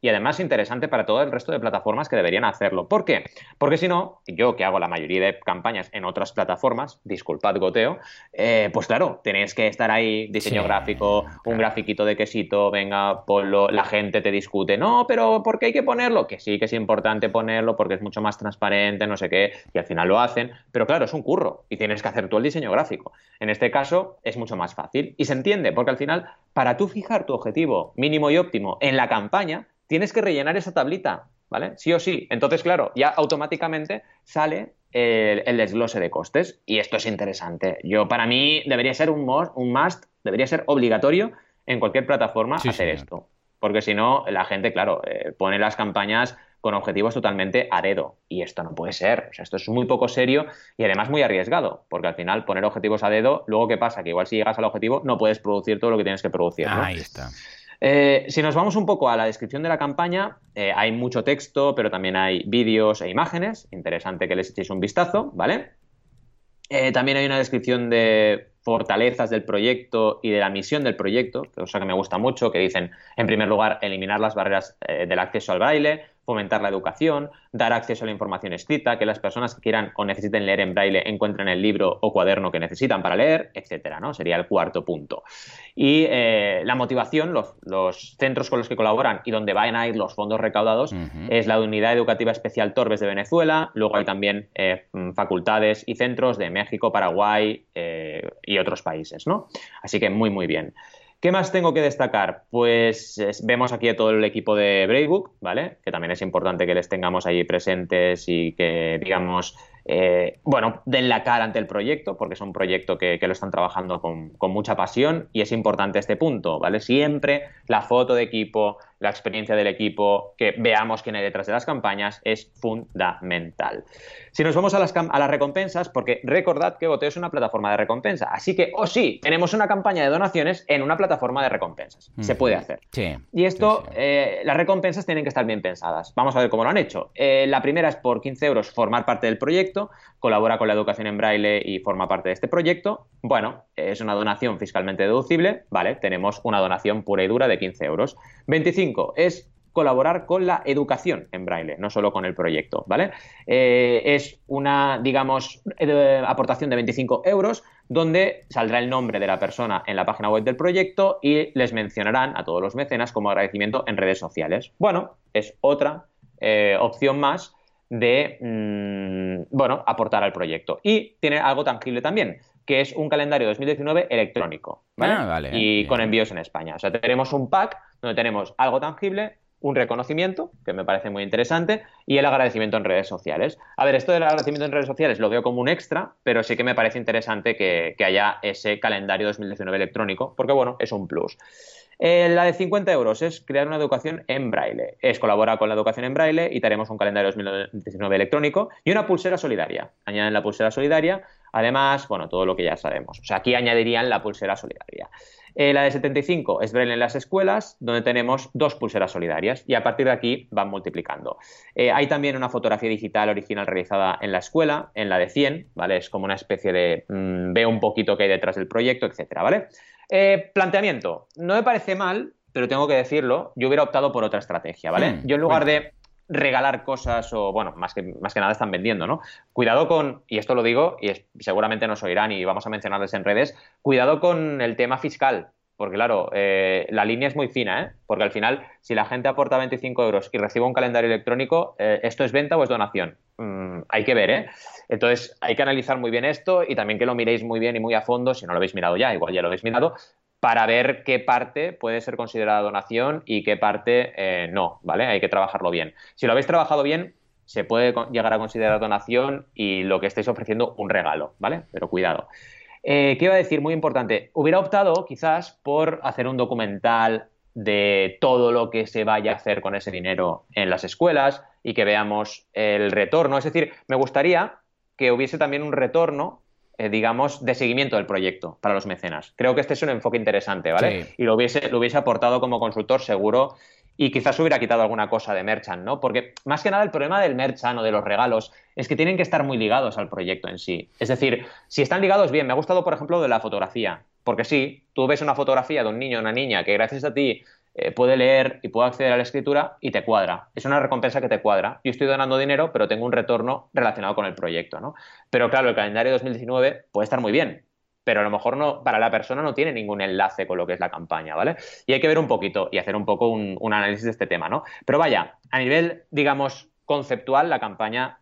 y además interesante para todo el resto de plataformas que deberían hacerlo. ¿Por qué? Porque si no, yo que hago la mayoría de campañas en otras plataformas, disculpad goteo, eh, pues claro, tenéis que estar ahí, diseño Sí, gráfico, claro. un grafiquito de quesito, venga, ponlo, la gente te discute, no, pero ¿por qué hay que ponerlo? Que sí que es importante ponerlo porque es mucho más transparente, no sé qué, y al final lo hacen, pero claro, es un curro y tienes que hacer tú el diseño gráfico. En este caso es mucho más fácil y se entiende, porque al final, para tú fijar tu objetivo mínimo y óptimo en la campaña, tienes que rellenar esa tablita, ¿vale? Sí o sí. Entonces, claro, ya automáticamente sale el, el desglose de costes y esto es interesante. Yo, para mí, debería ser un must, un must, debería ser obligatorio en cualquier plataforma Sí, hacer señor. esto. Porque si no, la gente, claro, eh, pone las campañas con objetivos totalmente a dedo. Y esto no puede ser. O sea, esto es muy poco serio y además muy arriesgado. Porque al final, poner objetivos a dedo, luego, ¿qué pasa? Que igual si llegas al objetivo no puedes producir todo lo que tienes que producir, ¿no? Ahí está. Eh, si nos vamos un poco a la descripción de la campaña, eh, hay mucho texto, pero también hay vídeos e imágenes. Interesante que les echéis un vistazo, ¿vale? Eh, también hay una descripción de fortalezas del proyecto y de la misión del proyecto, cosa que me gusta mucho, que dicen, en primer lugar, eliminar las barreras eh, del acceso al braille, fomentar la educación, dar acceso a la información escrita, que las personas que quieran o necesiten leer en braille encuentren el libro o cuaderno que necesitan para leer, etcétera, ¿no? Sería el cuarto punto. Y eh, la motivación, los, los centros con los que colaboran y donde van a ir los fondos recaudados, Uh-huh. es la Unidad Educativa Especial Torbes de Venezuela, luego hay también eh, facultades y centros de México, Paraguay eh, y otros países, ¿no? Así que muy, muy bien. ¿Qué más tengo que destacar? Pues es, vemos aquí a todo el equipo de Bravebook, ¿vale? Que también es importante que les tengamos ahí presentes y que, digamos, eh, bueno, den la cara ante el proyecto, porque es un proyecto que, que lo están trabajando con, con mucha pasión y es importante este punto, ¿vale? Siempre la foto de equipo, la experiencia del equipo, que veamos quién hay detrás de las campañas, es fundamental. Si nos vamos a las, a las recompensas, porque recordad que Goteo es una plataforma de recompensa, así que, oh sí, tenemos una campaña de donaciones en una plataforma de recompensas. Uh-huh. Se puede hacer. Sí, y esto, sí, sí. Eh, las recompensas tienen que estar bien pensadas. Vamos a ver cómo lo han hecho. Eh, la primera es por quince euros formar parte del proyecto, colabora con la educación en braille y forma parte de este proyecto. Bueno, es una donación fiscalmente deducible, ¿vale? Tenemos una donación pura y dura de quince euros. veinticinco es colaborar con la educación en braille, no solo con el proyecto, ¿vale? Eh, es una, digamos, eh, aportación de veinticinco euros donde saldrá el nombre de la persona en la página web del proyecto y les mencionarán a todos los mecenas como agradecimiento en redes sociales. Bueno, es otra eh, opción más de, mmm, bueno, aportar al proyecto. Y tiene algo tangible también, que es un calendario dos mil diecinueve electrónico, ¿vale? Ah, vale, y bien. con envíos en España. O sea, tenemos un pack donde tenemos algo tangible, un reconocimiento, que me parece muy interesante, y el agradecimiento en redes sociales. A ver, esto del agradecimiento en redes sociales lo veo como un extra, pero sí que me parece interesante que, que haya ese calendario dos mil diecinueve electrónico, porque, bueno, es un plus. Eh, la de cincuenta euros es crear una educación en braille. Es colaborar con la educación en braille y tenemos un calendario dos mil diecinueve electrónico y una pulsera solidaria. Añaden la pulsera solidaria, además, bueno, todo lo que ya sabemos. O sea, aquí añadirían la pulsera solidaria. Eh, la de setenta y cinco es braille en las escuelas, donde tenemos dos pulseras solidarias y a partir de aquí van multiplicando. Eh, hay también una fotografía digital original realizada en la escuela, en la de cien, ¿vale? Es como una especie de mmm, veo un poquito qué hay detrás del proyecto, etcétera, ¿vale? Eh, planteamiento. No me parece mal, pero tengo que decirlo, yo hubiera optado por otra estrategia, ¿vale? Hmm, yo en lugar cuenta. de regalar cosas o, bueno, más que, más que nada están vendiendo, ¿no? Cuidado con, y esto lo digo, y es, seguramente nos oirán y vamos a mencionarles en redes, cuidado con el tema fiscal, porque claro, eh, la línea es muy fina, ¿eh? Porque al final, si la gente aporta veinticinco euros y recibe un calendario electrónico, eh, ¿esto es venta o es donación? Mm, hay que ver, ¿eh? Entonces, hay que analizar muy bien esto y también que lo miréis muy bien y muy a fondo, si no lo habéis mirado ya, igual ya lo habéis mirado, para ver qué parte puede ser considerada donación y qué parte eh, no, ¿vale? Hay que trabajarlo bien. Si lo habéis trabajado bien, se puede llegar a considerar donación y lo que estáis ofreciendo un regalo, ¿vale? Pero cuidado. Eh, ¿Qué iba a decir? Muy importante. Hubiera optado quizás por hacer un documental de todo lo que se vaya a hacer con ese dinero en las escuelas y que veamos el retorno. Es decir, me gustaría que hubiese también un retorno Eh, digamos, de seguimiento del proyecto para los mecenas. Creo que este es un enfoque interesante, ¿vale? Sí. Y lo hubiese, lo hubiese aportado como consultor seguro y quizás hubiera quitado alguna cosa de merchant, ¿no? Porque más que nada el problema del merchant o de los regalos es que tienen que estar muy ligados al proyecto en sí. Es decir, si están ligados bien, me ha gustado, por ejemplo, de la fotografía, porque sí, tú ves una fotografía de un niño o una niña que gracias a ti eh, puede leer y puede acceder a la escritura y te cuadra. Es una recompensa que te cuadra. Yo estoy donando dinero, pero tengo un retorno relacionado con el proyecto, ¿no? Pero claro, el calendario dos mil diecinueve puede estar muy bien, pero a lo mejor no, para la persona no tiene ningún enlace con lo que es la campaña, ¿vale? Y hay que ver un poquito y hacer un poco un, un análisis de este tema, ¿no? Pero vaya, a nivel, digamos, conceptual, la campaña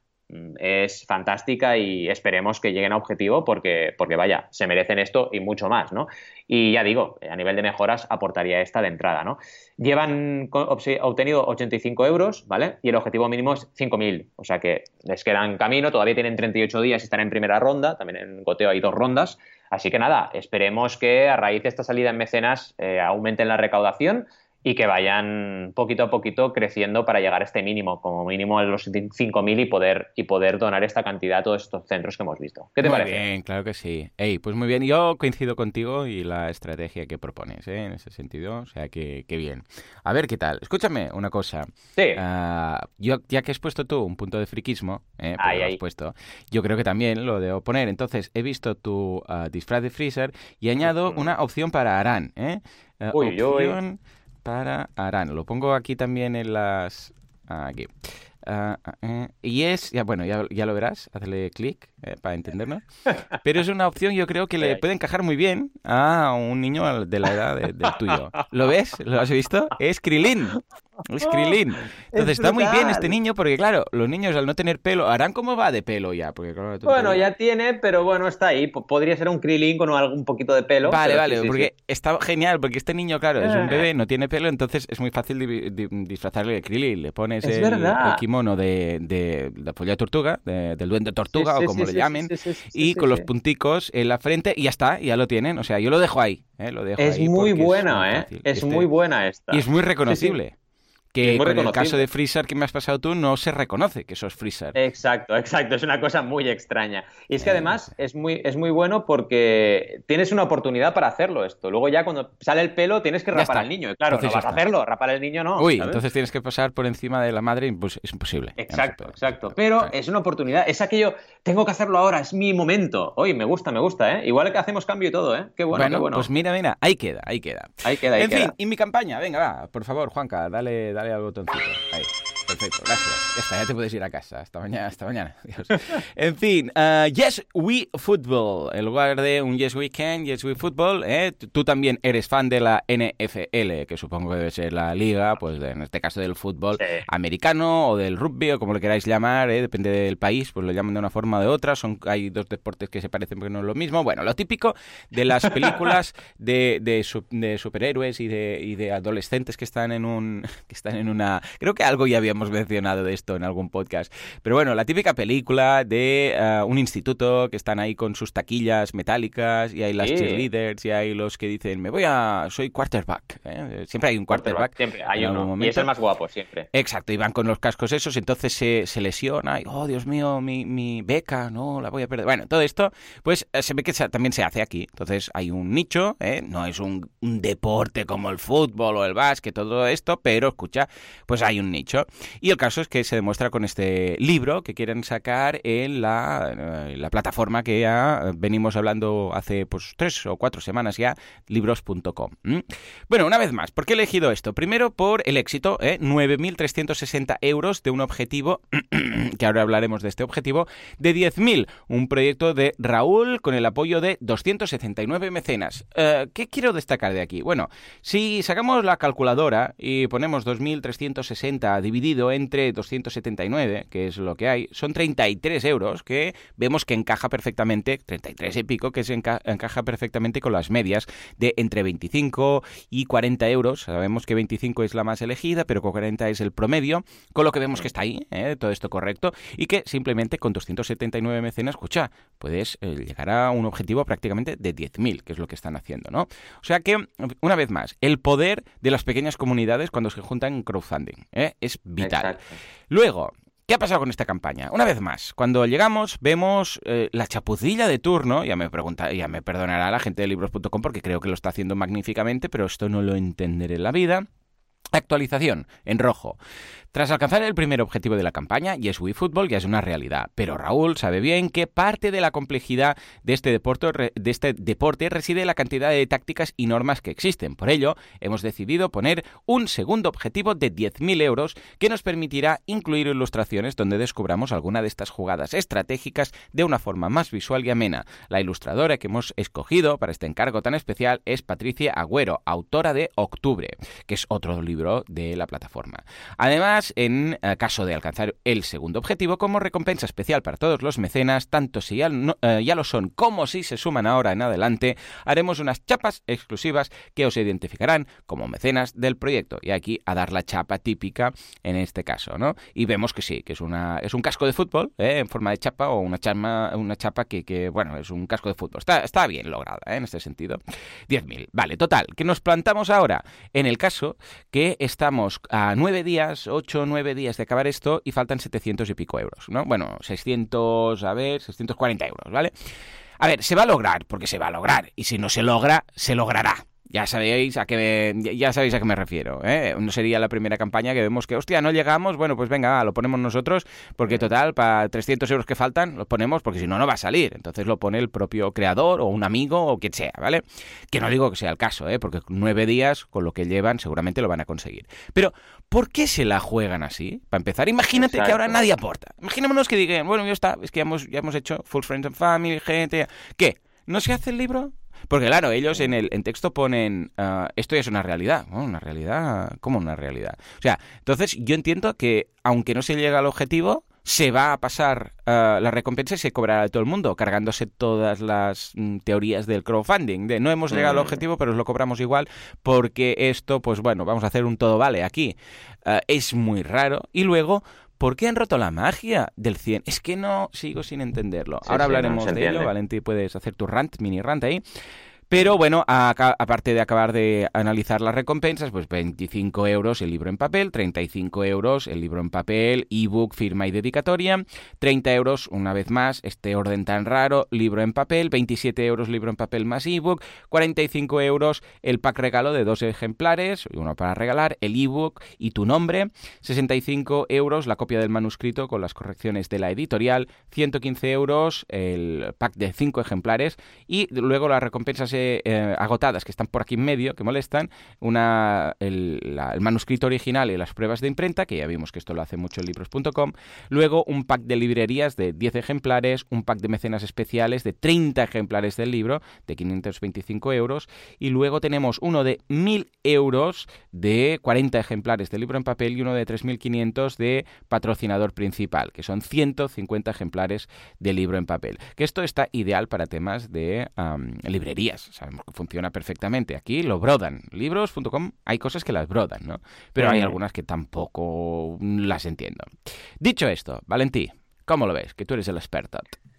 es fantástica y esperemos que lleguen a objetivo porque, porque, vaya, se merecen esto y mucho más, ¿no? Y ya digo, a nivel de mejoras aportaría esta de entrada, ¿no? Llevan obtenido ochenta y cinco euros, ¿vale? Y el objetivo mínimo es cinco mil, o sea que les quedan camino, todavía tienen treinta y ocho días y están en primera ronda, también en goteo hay dos rondas, así que nada, esperemos que a raíz de esta salida en mecenas eh, aumenten la recaudación y que vayan poquito a poquito creciendo para llegar a este mínimo, como mínimo a los cinco mil y poder, y poder donar esta cantidad a todos estos centros que hemos visto. ¿Qué te muy parece? Muy bien, claro que sí. Ey, pues muy bien, yo coincido contigo y la estrategia que propones, ¿eh? En ese sentido, o sea, que, que bien. A ver, ¿qué tal? Escúchame una cosa. Sí. Uh, yo, ya que has puesto tú un punto de friquismo, ¿eh? Ahí, lo ahí. has puesto, yo creo que también lo debo poner. Entonces, he visto tu uh, disfraz de Freezer y añado mm. una opción para Aran, ¿eh? Uh, uy, opción... uy. para Aran. Lo pongo aquí también en las... Aquí. Uh, uh, uh, y es... Ya, bueno, ya, ya lo verás. Hazle clic eh, para entenderlo. Pero es una opción yo creo que le puede encajar muy bien a un niño de la edad de, del tuyo. ¿Lo ves? ¿Lo has visto? Es Krilin. Es Krilin. Entonces es está muy bien este niño porque, claro, los niños al no tener pelo... Aran, ¿cómo va de pelo ya? Porque, claro, bueno, ya tiene, pero bueno, está ahí. Podría ser un Krilin con algún poquito de pelo. Vale, vale, sí, sí, porque sí. está genial, porque este niño, claro, es un bebé, no tiene pelo, entonces es muy fácil di di disfrazarle de Krilin. Le pones el, el kimono de, de la polla tortuga, de, del duende tortuga, sí, sí, o como sí, le llamen, sí, sí, sí, y sí, con sí. los punticos en la frente y ya está, ya lo tienen. O sea, yo lo dejo ahí. ¿eh? Lo dejo es ahí muy buena, es muy ¿eh? Es este, muy buena esta. Y es muy reconocible. Sí, sí. Que con el caso de ¿eh? Freezer que me has pasado tú no se reconoce que sos Freezer. Exacto, exacto. Es una cosa muy extraña. Y es que además es muy, es muy bueno porque tienes una oportunidad para hacerlo esto. Luego ya cuando sale el pelo tienes que rapar al niño. Y claro, entonces no vas a hacerlo, rapar al niño no. Uy, ¿sabes? Entonces tienes que pasar por encima de la madre y pues es imposible. Exacto, no exacto. Pero es una oportunidad. Es aquello, tengo que hacerlo ahora, es mi momento. Oye, me gusta, me gusta, ¿eh? Igual que hacemos cambio y todo, ¿eh? Qué bueno, bueno, qué bueno. Pues mira, mira, ahí queda, ahí queda. Ahí queda, ahí en queda. fin, y mi campaña, venga, va, por favor, Juanca, dale, dale al botoncito. Ahí. Perfecto, gracias. Ya está, ya te puedes ir a casa. Hasta mañana, hasta mañana. Dios. En fin, uh, Yes We Football. En lugar de un Yes We Can, Yes We Football. ¿eh? Tú también eres fan de la N F L, que supongo que debe ser la liga, pues de, en este caso del fútbol sí. americano o del rugby o como lo queráis llamar, ¿eh? Depende del país, pues lo llaman de una forma o de otra. Son, hay dos deportes que se parecen pero no es lo mismo. Bueno, lo típico de las películas de, de, de superhéroes y de, y de adolescentes que están en un, que están en una, creo que algo ya habíamos mencionado de esto en algún podcast, pero bueno, la típica película de uh, un instituto que están ahí con sus taquillas metálicas y hay las sí. cheerleaders y hay los que dicen me voy a, soy quarterback, ¿eh? Siempre hay un quarterback, quarterback siempre hay uno y es el más guapo siempre. Exacto, y van con los cascos esos, entonces se, se lesiona y oh Dios mío, mi, mi beca, no, la voy a perder. Bueno, todo esto pues se ve que se, también se hace aquí, entonces hay un nicho, ¿eh? No es un, un deporte como el fútbol o el básquet, todo esto, pero escucha, pues hay un nicho. Y el caso es que se demuestra con este libro que quieren sacar en la, en la plataforma que ya venimos hablando hace pues tres o cuatro semanas ya, libros punto com. ¿Mm? Bueno, una vez más, ¿por qué he elegido esto? Primero por el éxito, ¿eh? nueve mil trescientos sesenta euros de un objetivo, que ahora hablaremos de este objetivo, de diez mil. Un proyecto de Raúl con el apoyo de doscientos setenta y nueve mecenas. Uh, ¿Qué quiero destacar de aquí? Bueno, si sacamos la calculadora y ponemos dos mil trescientos sesenta dividido entre doscientos setenta y nueve, que es lo que hay, son treinta y tres euros, que vemos que encaja perfectamente, treinta y tres y pico, que se enca encaja perfectamente con las medias de entre veinticinco y cuarenta euros. Sabemos que veinticinco es la más elegida, pero cuarenta es el promedio, con lo que vemos que está ahí, ¿eh? Todo esto correcto, y que simplemente con doscientos setenta y nueve mecenas, escucha, puedes eh, llegar a un objetivo prácticamente de diez mil, que es lo que están haciendo, ¿no? O sea que, una vez más, el poder de las pequeñas comunidades cuando se juntan en crowdfunding, ¿eh? Es vital. Exacto. Luego, ¿qué ha pasado con esta campaña? Una vez más, cuando llegamos vemos eh, la chapucilla de turno, ya me pregunta, ya me perdonará la gente de libros punto com porque creo que lo está haciendo magníficamente, pero esto no lo entenderé en la vida. Actualización, en rojo. Tras alcanzar el primer objetivo de la campaña, Yes We Football ya es una realidad, pero Raúl sabe bien que parte de la complejidad de este deporte, de este deporte reside en la cantidad de tácticas y normas que existen. Por ello, hemos decidido poner un segundo objetivo de diez mil euros que nos permitirá incluir ilustraciones donde descubramos alguna de estas jugadas estratégicas de una forma más visual y amena. La ilustradora que hemos escogido para este encargo tan especial es Patricia Agüero, autora de Octubre, que es otro libro de la plataforma. Además, en caso de alcanzar el segundo objetivo, como recompensa especial para todos los mecenas, tanto si ya, no, eh, ya lo son como si se suman ahora en adelante, haremos unas chapas exclusivas que os identificarán como mecenas del proyecto. Y aquí a dar la chapa típica en este caso, ¿no? Y vemos que sí, que es, una, es un casco de fútbol, ¿eh? En forma de chapa o una chapa, una chapa que, que, bueno, es un casco de fútbol. Está, está bien lograda, ¿eh? En este sentido. diez mil. Vale, total, que nos plantamos ahora en el caso que estamos a nueve días, ocho o nueve días de acabar esto y faltan setecientos y pico euros, ¿no? Bueno, seiscientos, a ver, seiscientos cuarenta euros, ¿vale? A ver, se va a lograr, porque se va a lograr, y si no se logra, se logrará. Ya sabéis a qué ya sabéis a qué me refiero, ¿eh? No sería la primera campaña que vemos que, hostia, no llegamos, bueno, pues venga, lo ponemos nosotros, porque total, para trescientos euros que faltan, los ponemos, porque si no, no va a salir. Entonces lo pone el propio creador o un amigo o quien sea, ¿vale? Que no digo que sea el caso, ¿eh? Porque nueve días, con lo que llevan, seguramente lo van a conseguir. Pero, ¿por qué se la juegan así? Para empezar, imagínate Exacto. que ahora nadie aporta. Imaginémonos que digan, bueno, ya está, es que ya hemos, ya hemos hecho Full Friends and Family, gente... ¿Qué? ¿No se hace el libro? Porque claro, ellos en el en texto ponen, uh, esto ya es una realidad. Oh, ¿una realidad? ¿Cómo una realidad? O sea, entonces yo entiendo que aunque no se llega al objetivo, se va a pasar uh, la recompensa y se cobrará a todo el mundo, cargándose todas las mm, teorías del crowdfunding. De no hemos llegado al objetivo, pero os lo cobramos igual, porque esto, pues bueno, vamos a hacer un todo vale aquí. Uh, es muy raro. Y luego... ¿Por qué han roto la magia del cien? Es que no sigo sin entenderlo. Sí, Ahora sí, hablaremos no de ello. Valentí, puedes hacer tu rant, mini rant ahí. Pero bueno, a, a, aparte de acabar de analizar las recompensas, pues veinticinco euros el libro en papel, treinta y cinco euros el libro en papel, ebook, firma y dedicatoria, treinta euros, una vez más, este orden tan raro, libro en papel, veintisiete euros libro en papel más ebook, cuarenta y cinco euros el pack regalo de dos ejemplares, uno para regalar, el ebook y tu nombre, sesenta y cinco euros la copia del manuscrito con las correcciones de la editorial, ciento quince euros el pack de cinco ejemplares y luego las recompensas Eh, agotadas que están por aquí en medio, que molestan, una el, la, el manuscrito original y las pruebas de imprenta, que ya vimos que esto lo hace mucho en libros punto com, luego un pack de librerías de diez ejemplares, un pack de mecenas especiales de treinta ejemplares del libro, de quinientos veinticinco euros, y luego tenemos uno de mil euros de cuarenta ejemplares de libro en papel y uno de tres mil quinientos de patrocinador principal, que son ciento cincuenta ejemplares de libro en papel. Que esto está ideal para temas de um, librerías. Sabemos que funciona perfectamente. Aquí lo brodan. libros punto com hay cosas que las brodan, ¿no? Pero hay algunas que tampoco las entiendo. Dicho esto, Valentí, ¿cómo lo ves? Que tú eres el experto.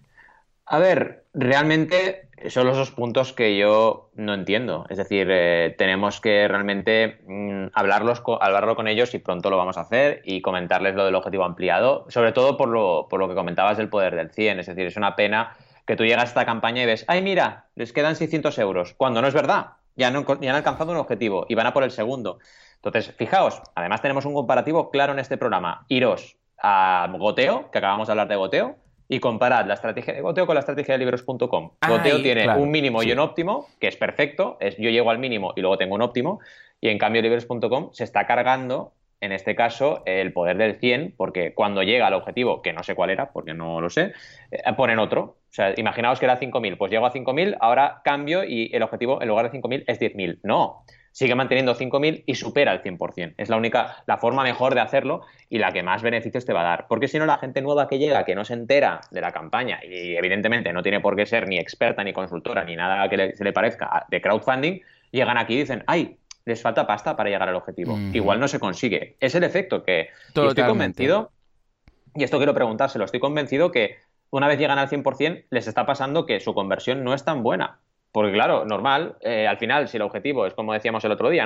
A ver, realmente son los dos puntos que yo no entiendo. Es decir, eh, tenemos que realmente mmm, hablarlos, hablarlo con ellos y pronto lo vamos a hacer y comentarles lo del objetivo ampliado, sobre todo por lo, por lo que comentabas del poder del cien. Es decir, es una pena que tú llegas a esta campaña y ves, ay, mira, les quedan seiscientos euros, cuando no es verdad, ya, no, ya han alcanzado un objetivo y van a por el segundo. Entonces, fijaos, además tenemos un comparativo claro en este programa. Iros a Goteo, que acabamos de hablar de Goteo, y comparad la estrategia de Goteo con la estrategia de libros punto com. Goteo tiene claro, un mínimo sí. y un óptimo, que es perfecto, es yo llego al mínimo y luego tengo un óptimo, y en cambio libros punto com se está cargando, en este caso, el poder del cien, porque cuando llega al objetivo, que no sé cuál era, porque no lo sé, eh, ponen otro. O sea, imaginaos que era cinco mil, pues llego a cinco mil, ahora cambio y el objetivo en lugar de cinco mil es diez mil. No, sigue manteniendo cinco mil y supera el cien por ciento. Es la única, la forma mejor de hacerlo y la que más beneficios te va a dar. Porque si no, la gente nueva que llega, que no se entera de la campaña y evidentemente no tiene por qué ser ni experta, ni consultora, ni nada que le, se le parezca de crowdfunding, llegan aquí y dicen, ¡ay! Les falta pasta para llegar al objetivo. Mm. Igual no se consigue. Es el efecto que... Y estoy convencido, y esto quiero preguntárselo, estoy convencido que una vez llegan al cien por ciento les está pasando que su conversión no es tan buena. Porque claro, normal, eh, al final, si el objetivo es como decíamos el otro día, ¿no?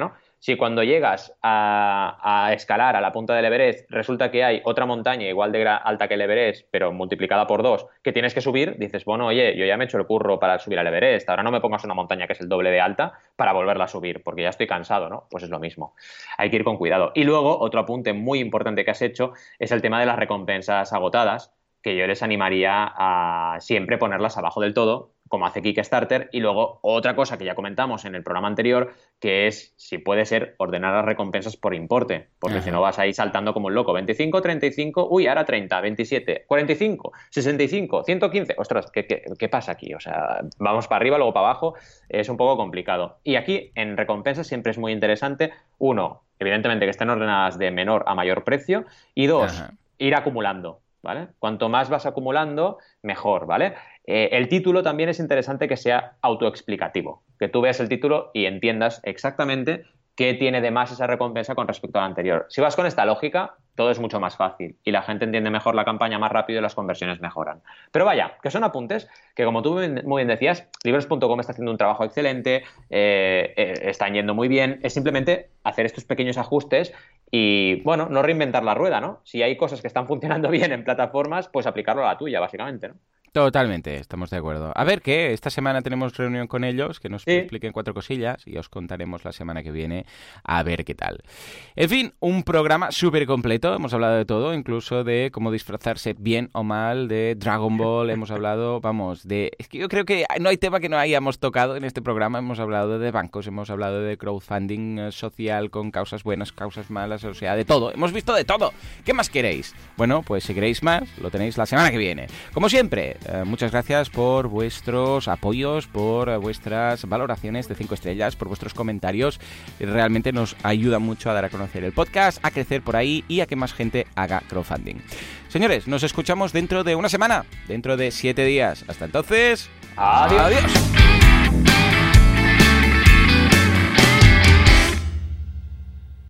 Si cuando llegas a, a escalar a la punta del Everest resulta que hay otra montaña igual de alta que el Everest, pero multiplicada por dos, que tienes que subir, dices, bueno, oye, yo ya me he hecho el curro para subir al Everest, ahora no me pongas una montaña que es el doble de alta para volverla a subir, porque ya estoy cansado, ¿no? Pues es lo mismo. Hay que ir con cuidado. Y luego, otro apunte muy importante que has hecho es el tema de las recompensas agotadas, que yo les animaría a siempre ponerlas abajo del todo, como hace Kickstarter, y luego otra cosa que ya comentamos en el programa anterior, que es, si puede ser, ordenar las recompensas por importe, porque Ajá. si no vas ahí saltando como un loco, veinticinco, treinta y cinco, uy, ahora treinta, veintisiete, cuarenta y cinco, sesenta y cinco, ciento quince, ostras, ¿qué, qué, qué pasa aquí? O sea, vamos para arriba, luego para abajo, es un poco complicado. Y aquí, en recompensas, siempre es muy interesante, uno, evidentemente que estén ordenadas de menor a mayor precio, y dos, Ajá. ir acumulando, ¿vale? Cuanto más vas acumulando, mejor, ¿vale? Eh, el título también es interesante que sea autoexplicativo, que tú veas el título y entiendas exactamente qué tiene de más esa recompensa con respecto a la anterior. Si vas con esta lógica, todo es mucho más fácil y la gente entiende mejor la campaña más rápido y las conversiones mejoran. Pero vaya, que son apuntes que, como tú muy bien decías, libros punto com está haciendo un trabajo excelente, eh, eh, están yendo muy bien, es simplemente hacer estos pequeños ajustes y, bueno, no reinventar la rueda, ¿no? Si hay cosas que están funcionando bien en plataformas, pues aplicarlo a la tuya, básicamente, ¿no? Totalmente, estamos de acuerdo. A ver, que esta semana tenemos reunión con ellos, que nos sí. expliquen cuatro cosillas y os contaremos la semana que viene a ver qué tal. En fin, un programa súper completo, hemos hablado de todo, incluso de cómo disfrazarse bien o mal de Dragon Ball, hemos hablado, vamos, de... Es que yo creo que no hay tema que no hayamos tocado en este programa, hemos hablado de bancos, hemos hablado de crowdfunding social con causas buenas, causas malas, o sea, de todo, hemos visto de todo. ¿Qué más queréis? Bueno, pues si queréis más, lo tenéis la semana que viene. Como siempre... Eh, muchas gracias por vuestros apoyos, por eh, vuestras valoraciones de cinco estrellas, por vuestros comentarios. Realmente nos ayuda mucho a dar a conocer el podcast, a crecer por ahí y a que más gente haga crowdfunding. Señores, nos escuchamos dentro de una semana, dentro de siete días. Hasta entonces, adiós. Adiós.